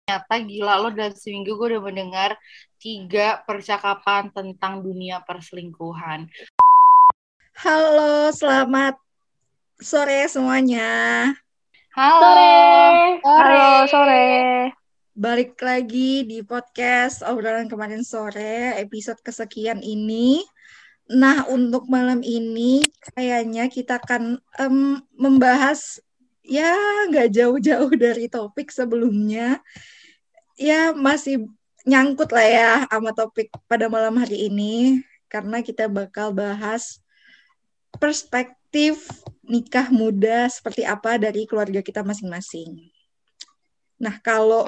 Ternyata gila lo dalam seminggu gue udah mendengar 3 percakapan tentang dunia perselingkuhan. Halo, selamat sore semuanya. Halo, Sore. Halo, sore. Balik lagi di podcast obrolan kemarin sore, episode kesekian ini. Nah, untuk malam ini kayaknya kita akan membahas ya nggak jauh-jauh dari topik sebelumnya. Ya masih nyangkut lah ya sama topik pada malam hari ini, karena kita bakal bahas perspektif nikah muda seperti apa dari keluarga kita masing-masing. Nah,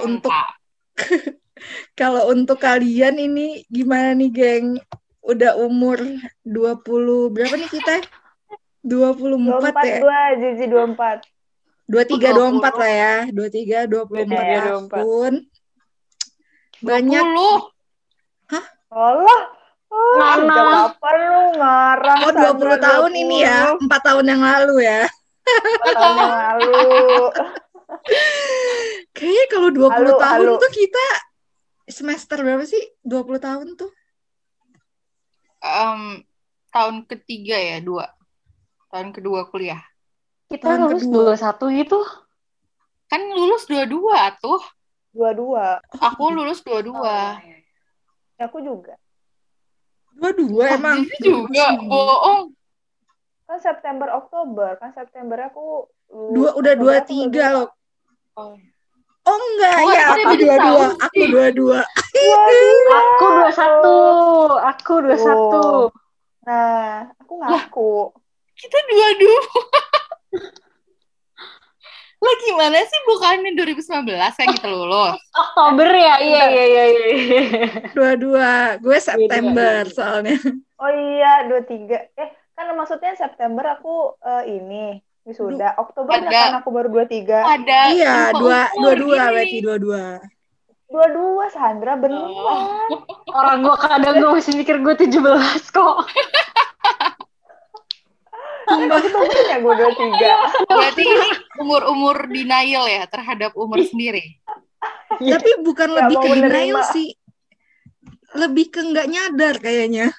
kalau untuk kalian ini gimana nih, geng? Udah umur 20 berapa nih kita? 24 24 ya? gue, Jiji 24. 23 24 lah ya. 23 24 tahun. Banyak 20. Allah. Sejak kapan lu ngarang? Oh, 20 tahun ini ya. 4 tahun yang lalu ya. 4 tahun yang lalu. Kayaknya kalau 20 tahun Halu. tuh kita semester berapa sih? 20 tahun tuh. Tahun ketiga ya, 2. Tahun kedua kuliah. Kita Tahun lulus kedua. 21 gitu. Kan lulus 22 tuh. 22. Aku lulus 22. Aku juga. 22 emang. Jadi juga bohong. Kan September Oktober. Kan September aku Udah 23 loh. Oh. Oh enggak, Oh, ya kita aku beda 22. tahun Aku sih. 22. Aku 21. Aku 21. Nah, aku ngaku. Kita 22. Lah gimana sih, bukannya 2019 kan kita lulus? Oktober ya? Iya. 22. Gue September soalnya. Oh iya, 23. Kan maksudnya September aku ini wisuda. Oktober kan aku baru 23. Ada. Iya, 22 ini. berarti 22. 22, Sandra, beneran. Orang gue kadang gue masih mikir gue 17 kok. Oktobernya gue 23. Berarti ini umur denial ya terhadap umur sendiri. Tapi bukan lebih mau ke menerima. denial sih. Lebih ke nggak nyadar kayaknya.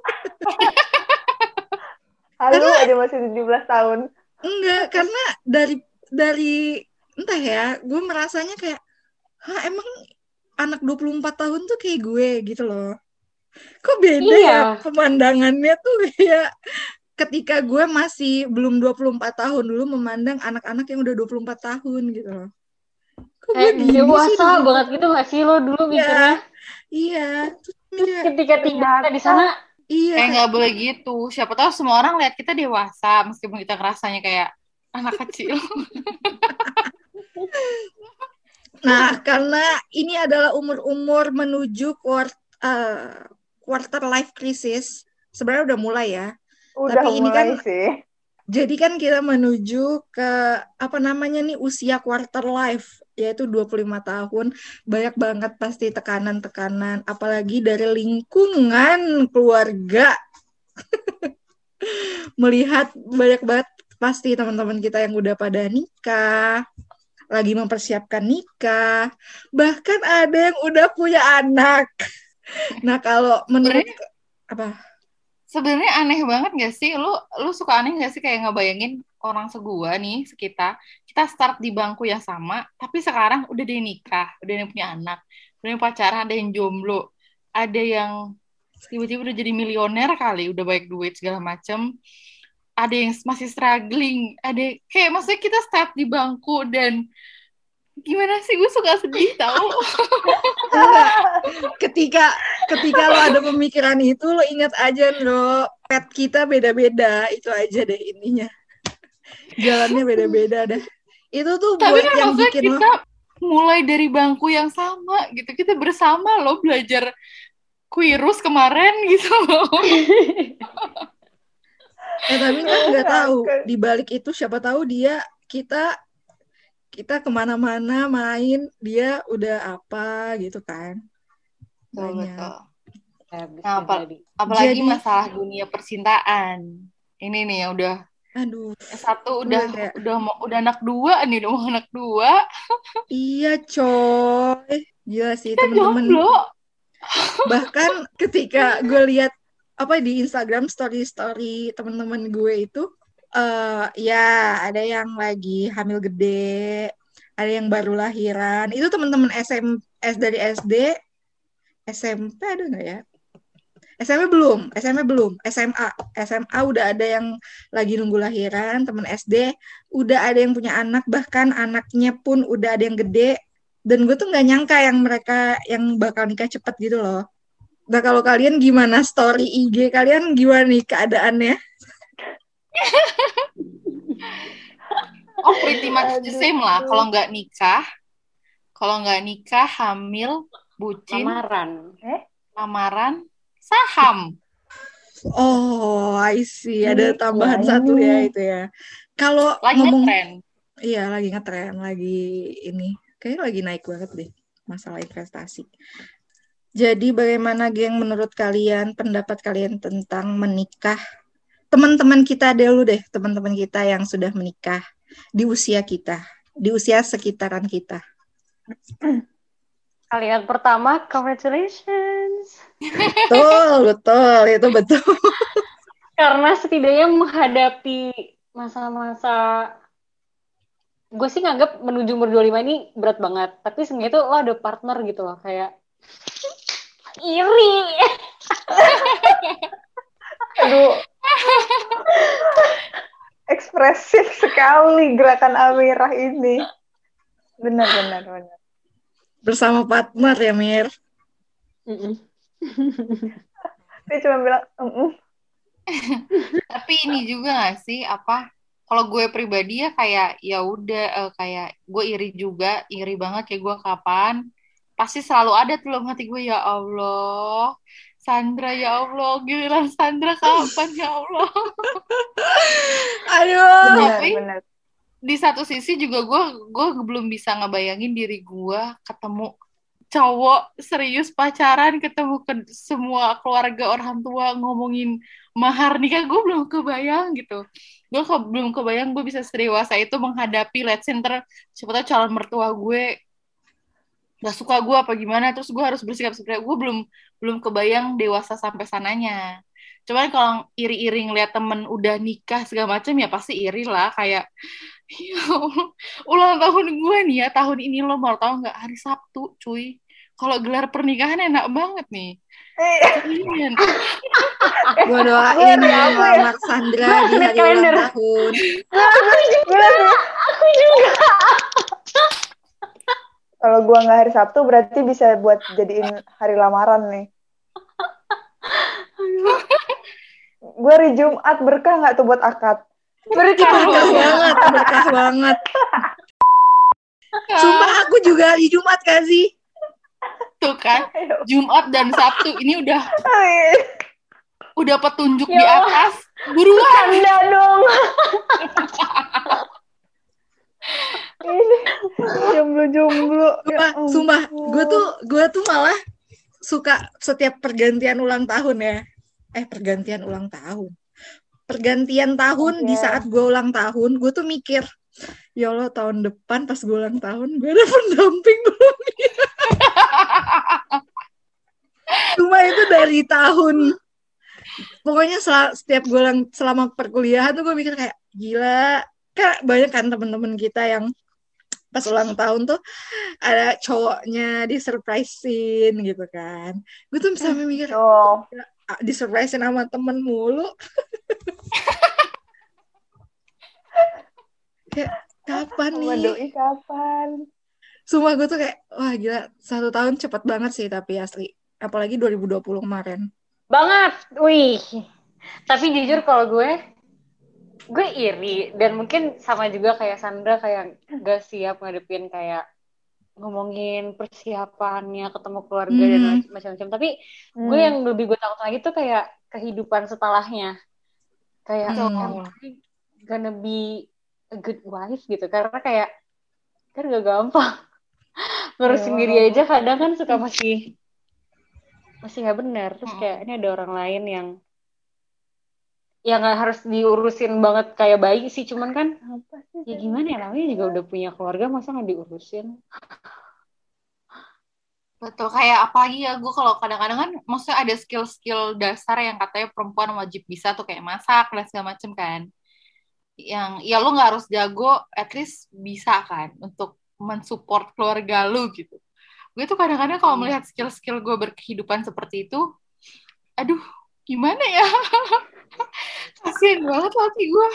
Halu aja masih 17 tahun. Enggak, karena dari entah ya, gue merasanya kayak, emang anak 24 tahun tuh kayak gue gitu loh. Kok beda ya pemandangannya tuh kayak ketika gue masih belum 24 tahun dulu memandang anak-anak yang udah 24 tahun gitu loh. Kok gue gini dewasa sih, banget gitu gak sih lo dulu mikirnya? Iya. Terus ketika tinggal di sana, kayak nggak boleh gitu. Siapa tahu semua orang lihat kita dewasa meskipun kita ngerasanya kayak anak kecil. Nah, karena ini adalah umur-umur menuju quarter life crisis. Sebenarnya udah mulai ya. Udah tapi ini mulai kan sih. Jadi kan kita menuju ke usia quarter life, yaitu 25 tahun. Banyak banget pasti tekanan-tekanan, apalagi dari lingkungan keluarga. Melihat banyak banget pasti teman-teman kita yang udah pada nikah, lagi mempersiapkan nikah, bahkan ada yang udah punya anak. Nah, kalau menurut Sebenarnya aneh banget gak sih? Lu suka aneh gak sih kayak ngebayangin orang segua nih, kita start di bangku yang sama, tapi sekarang udah ada yang nikah, udah ada yang punya anak, udah yang pacaran, ada yang jomblo, ada yang tiba-tiba udah jadi milioner kali, udah banyak duit segala macem, ada yang masih struggling, ada kayak maksudnya kita start di bangku dan gimana sih, gue suka sedih tau. ketika lo ada pemikiran itu, lo ingat aja lo pet kita beda-beda, itu aja deh intinya. Jalannya beda-beda dah. Itu tuh tapi buat yang bikin kita mulai dari bangku yang sama gitu, kita bersama lo belajar kuirus kemarin gitu loh. Tapi kan nggak tahu di balik itu siapa tahu kita kemana-mana main, dia udah apa gitu kan. Betul. Nah, apalagi masalah dunia percintaan ini nih yang udah Aduh, satu gue kayak, udah anak 2 nih, udah mau anak 2. iya coy, gila sih Kita temen-temen. jomblo. Bahkan ketika gue lihat apa di Instagram story temen-temen gue itu, ya ada yang lagi hamil gede, ada yang baru lahiran. Itu temen-temen dari SD, SMP ada nggak ya? SMP belum, SMA udah ada yang lagi nunggu lahiran, temen SD udah ada yang punya anak, bahkan anaknya pun udah ada yang gede. Dan gue tuh nggak nyangka yang mereka yang bakal nikah cepet gitu loh. Nah kalau kalian gimana story IG kalian gimana nih keadaannya? Oh, pretty much the same lah. Kalau nggak nikah, hamil, bucin, lamaran, saham. Oh, I see. Ada tambahan satu ya itu ya. Kalau ngomong, ngetren. Iya lagi ngetren, lagi ini, kayaknya lagi naik banget deh masalah investasi. Jadi bagaimana geng menurut kalian, pendapat kalian tentang menikah? Teman-teman kita dulu deh, teman-teman kita yang sudah menikah di usia kita, di usia sekitaran kita. Kalian pertama, congratulations. Betul, itu betul. Karena setidaknya menghadapi masa-masa, gue sih nganggap menuju umur 25 ini berat banget. Tapi sebenarnya tuh lo ada partner gitu loh, kayak iri. Aduh. Ekspresif sekali gerakan Amirah ini. Benar. Bersama partner ya, Mir. Dia cuma bilang, Tapi ini juga gak sih, kalau gue pribadi ya kayak, ya udah kayak gue iri banget kayak gue kapan. Pasti selalu ada tuh dalam hati gue, ya Allah, Sandra, ya Allah, giliran Sandra kapan, ya Allah. Aduh. Benar. Di satu sisi juga gue belum bisa ngebayangin diri gue ketemu cowok serius pacaran, ketemu ke semua keluarga orang tua ngomongin mahar nikah, gue belum kebayang gitu. Gue belum kebayang gue bisa sedewasa itu menghadapi let's say siapa tahu calon mertua gue gak suka gue apa gimana, terus gue harus bersikap seperti gue belum kebayang dewasa sampai sananya. Cuman kalau iri-iri ngeliat temen udah nikah segala macam ya pasti iri lah, kayak ya Allah, ulang tahun gue nih ya tahun ini, lo mau tahu nggak, hari Sabtu cuy, kalau gelar pernikahan enak banget nih. Gue doain ngelamar Sandra di hari ulang tahun. Aku juga. Kalau gue nggak hari Sabtu berarti bisa buat jadiin hari lamaran nih. Gue hari Jumat, berkah nggak tuh buat akad? Berkah banget. Sumpah aku juga hari Jumat kan sih. Tuh kan, Jumat dan Sabtu ini udah petunjuk di atas. Buruan. Anda dong. Ini jomblo. Sumpah, gue tuh malah suka setiap pergantian ulang tahun ya. Pergantian tahun di saat gue ulang tahun, gue tuh mikir, ya Allah tahun depan pas gue ulang tahun, gue ada pendamping belum ya? Cuma itu dari tahun, pokoknya setiap gue selama perkuliahan tuh gue mikir kayak, gila, kan banyak kan teman-teman kita yang pas ulang tahun tuh ada cowoknya disurprisein gitu kan. Gue tuh sampai mikir, disurprisein sama temen mulu. Kayak kapan nih? Doi kapan? Sumpah gue tuh kayak, wah gila, 1 tahun cepet banget sih tapi asli. Apalagi 2020 kemarin. Banget, wih. Tapi jujur kalau gue iri, dan mungkin sama juga kayak Sandra, kayak gak siap ngadepin kayak ngomongin persiapannya, ketemu keluarga dan macam-macam. Tapi gue yang lebih gue takut lagi tuh kayak kehidupan setelahnya. Kayak gonna be a good wife gitu. Karena kayak kan gak gampang. Ngurus sendiri aja kadang kan suka masih gak benar. Terus kayak ini ada orang lain yang ya nggak harus diurusin banget kayak bayi sih, cuman kan Apa sih? ya gimana ya, namanya juga udah punya keluarga, masa nggak diurusin. Betul, kayak apalagi ya gue kalau kadang-kadang kan maksudnya ada skill-skill dasar yang katanya perempuan wajib bisa tuh kayak masak dan segala macem kan. Yang ya lu nggak harus jago, at least bisa kan untuk mensupport keluarga lu gitu. Gue tuh kadang-kadang kalau melihat skill-skill gue berkehidupan seperti itu, aduh gimana ya? Kasian banget laki gue.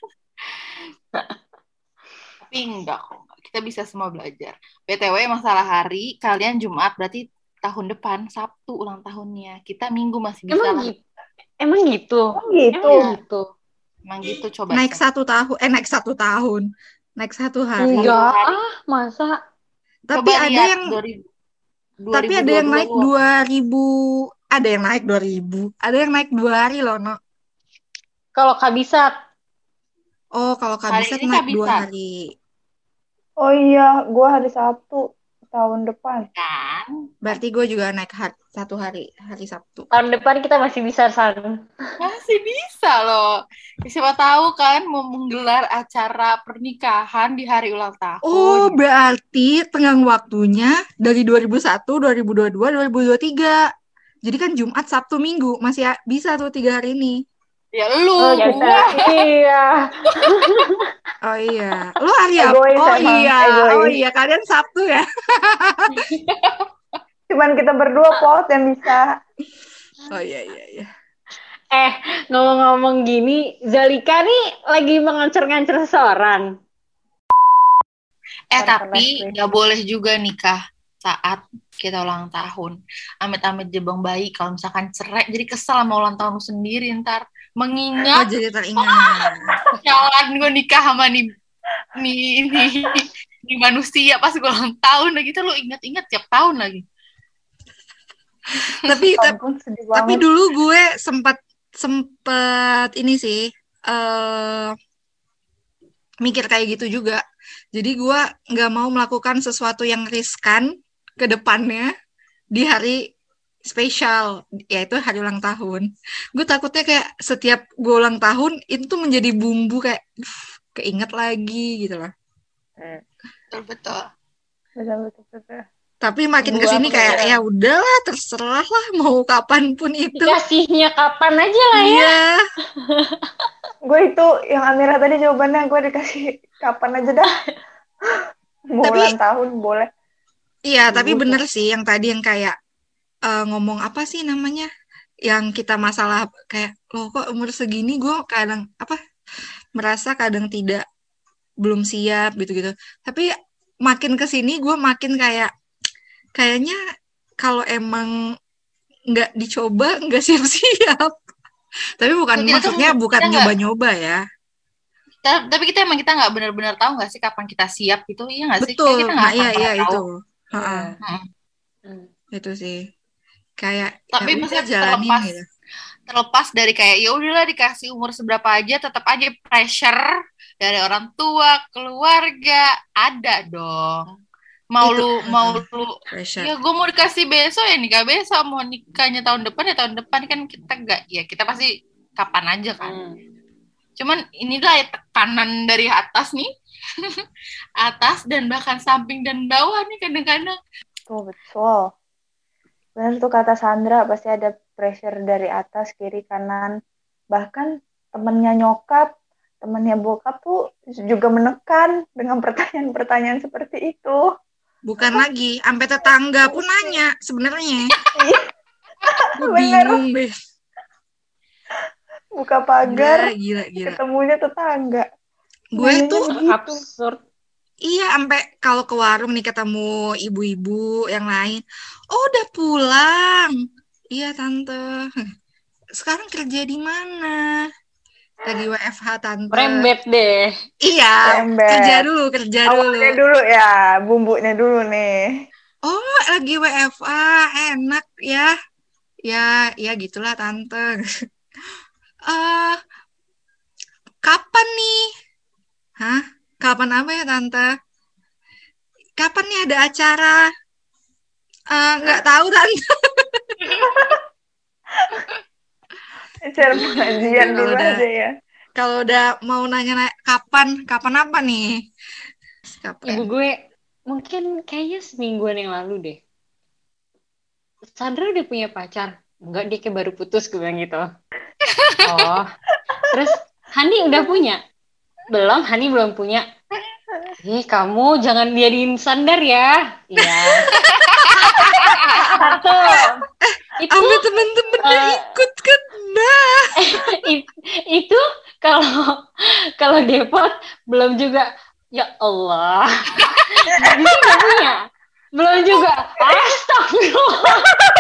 Tapi enggak kok, kita bisa semua belajar. BTW masalah hari, kalian Jumat berarti tahun depan Sabtu ulang tahunnya. Kita Minggu masih bisa Emang lah. gitu? Emang gitu? Oh gitu. Emang gitu? Emang gitu coba Naik cek. 1 tahun, naik 1 tahun, naik 1 hari. Enggak, hari. Masa? Tapi Coba ada lihat yang 2000, tapi ada yang 2022 naik gua. 2000, ada yang naik 2000, ada yang naik 2 hari loh, no. Kalau kabisat, Oh, kalau Hari kabisat ini naik 2 bisa hari. Oh iya, gue hari Sabtu tahun depan. kan? Berarti gue juga naik 1 hari, hari Sabtu. tahun depan kita masih bisa, San. Masih bisa loh. Siapa tahu kan mau menggelar acara pernikahan di hari ulang tahun. Oh, berarti tenggang waktunya dari 2001, 2022, 2023. Jadi kan Jumat, Sabtu, Minggu masih bisa tuh 3 hari ini. Ya lu, Oh, ya, gua. iya. Oh iya, lo hari apa? Egois Oh emang, iya, egois. oh iya, kalian Sabtu ya? Cuman kita berdua pot yang bisa. Oh iya iya iya. Ngomong-ngomong gini, Zalika nih lagi mengancar-ngancar seseorang. Tapi nggak boleh juga nikah saat kita ulang tahun. Amit-amit jebang bayi kalau misalkan cerai, jadi kesel sama ulang tahun lu sendiri ntar. Oh Mengingat jadi teringat. jalan gue nikah sama nih manusia pas gue ulang tahun lagi, tuh lu ingat-ingat tiap tahun lagi. Tapi Ampun, sedih tapi banget. dulu gue sempat ini sih mikir kayak gitu juga. Jadi gue nggak mau melakukan sesuatu yang riskan ke depannya di hari spesial, yaitu hari ulang tahun. Gue takutnya kayak setiap gue ulang tahun itu tuh menjadi bumbu kayak keinget lagi gitu lah. Betul. Betul. Tapi makin kesini kayak ya udahlah, terserah lah mau kapanpun itu. Dikasihnya kapan aja lah ya. Iya. Gue itu yang Amira tadi jawabannya, gue dikasih kapan aja dah. Mau ulang tahun boleh. Iya, tapi bener sih yang tadi yang kayak ngomong apa sih namanya? Yang kita masalah kayak loh kok umur segini gue kadang merasa kadang belum siap gitu-gitu. Tapi makin kesini gue makin kayaknya kalau emang nggak dicoba nggak siap-siap. Tapi maksudnya bukan nyoba-nyoba ya. Tapi kita nggak benar-benar tahu nggak sih kapan kita siap gitu, iya nggak sih? Betul. Kita Nah iya itu. Itu sih. Kayak tapi ya jalanin gitu. Terlepas dari kayak ya udahlah dikasih umur seberapa aja, tetap aja pressure dari orang tua, keluarga ada dong. Mau lu pressure. Ya gue mau dikasih besok ya nikah besok, mau nikahnya tahun depan ya tahun depan, kan kita enggak ya, kita pasti kapan aja kan. Cuman inilah ya tekanan dari atas nih. Atas dan bahkan samping dan bawah nih kadang-kadang. Betul. Benar tuh kata Sandra, pasti ada pressure dari atas, kiri, kanan. Bahkan temennya nyokap, temennya bokap tuh juga menekan dengan pertanyaan-pertanyaan seperti itu. Bukan lagi, sampai tetangga pun nanya sebenarnya. Gue bingung deh. Buka pagar, gila. ketemunya tetangga. Gue tuh absurd. Iya, sampai kalau ke warung nih ketemu ibu-ibu yang lain. Oh, udah pulang. Iya, tante. Sekarang kerja di mana? Lagi WFH, tante. Rembet deh. Iya, kerja dulu. Awalnya dulu ya, bumbunya dulu nih. Oh, lagi WFH, enak ya. Ya gitulah, tante. Kapan nih? Hah? Kapan apa ya, tante? Kapan nih ada acara? Nggak tahu, tante. Acara pengajian Kalau dulu udah- aja ya. Kalau udah mau nanya kapan apa nih? Kapan? Ibu gue mungkin kayaknya semingguan yang lalu deh. Sandra udah punya pacar? Enggak, dia kayak baru putus, gue bilang gitu. Oh, terus Hani udah punya? Belum, Hani belum punya. Kamu jangan jadiin standar ya. Iya. Satu. Itu Sampai temen-temennya ikut kan? Nah, itu kalau depot belum juga. Ya Allah. Bisa nggak punya? Belum juga. Astagfirullah.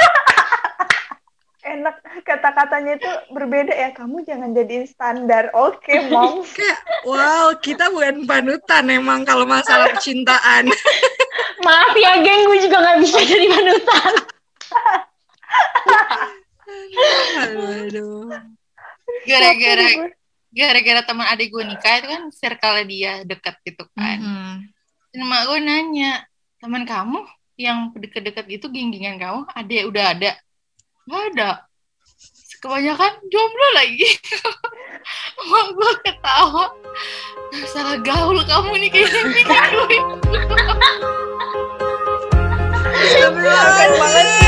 Enak kata-katanya itu berbeda ya. Kamu jangan jadiin standar. Oke, Mom. kayak wow, kita bukan panutan emang kalau masalah percintaan. Maaf ya, geng, gue juga nggak bisa jadi panutan. Aduh. Gara-gara teman adik gue nikah itu kan circle dia dekat gitu kan. Dan mak gue nanya, teman kamu yang deket-deket gitu, geng-gengan kamu, udah ada? Nggak ada. Kebanyakan jomblo lagi. Mak gue ketawa. Salah gaul kamu nih kayaknya. Kan banget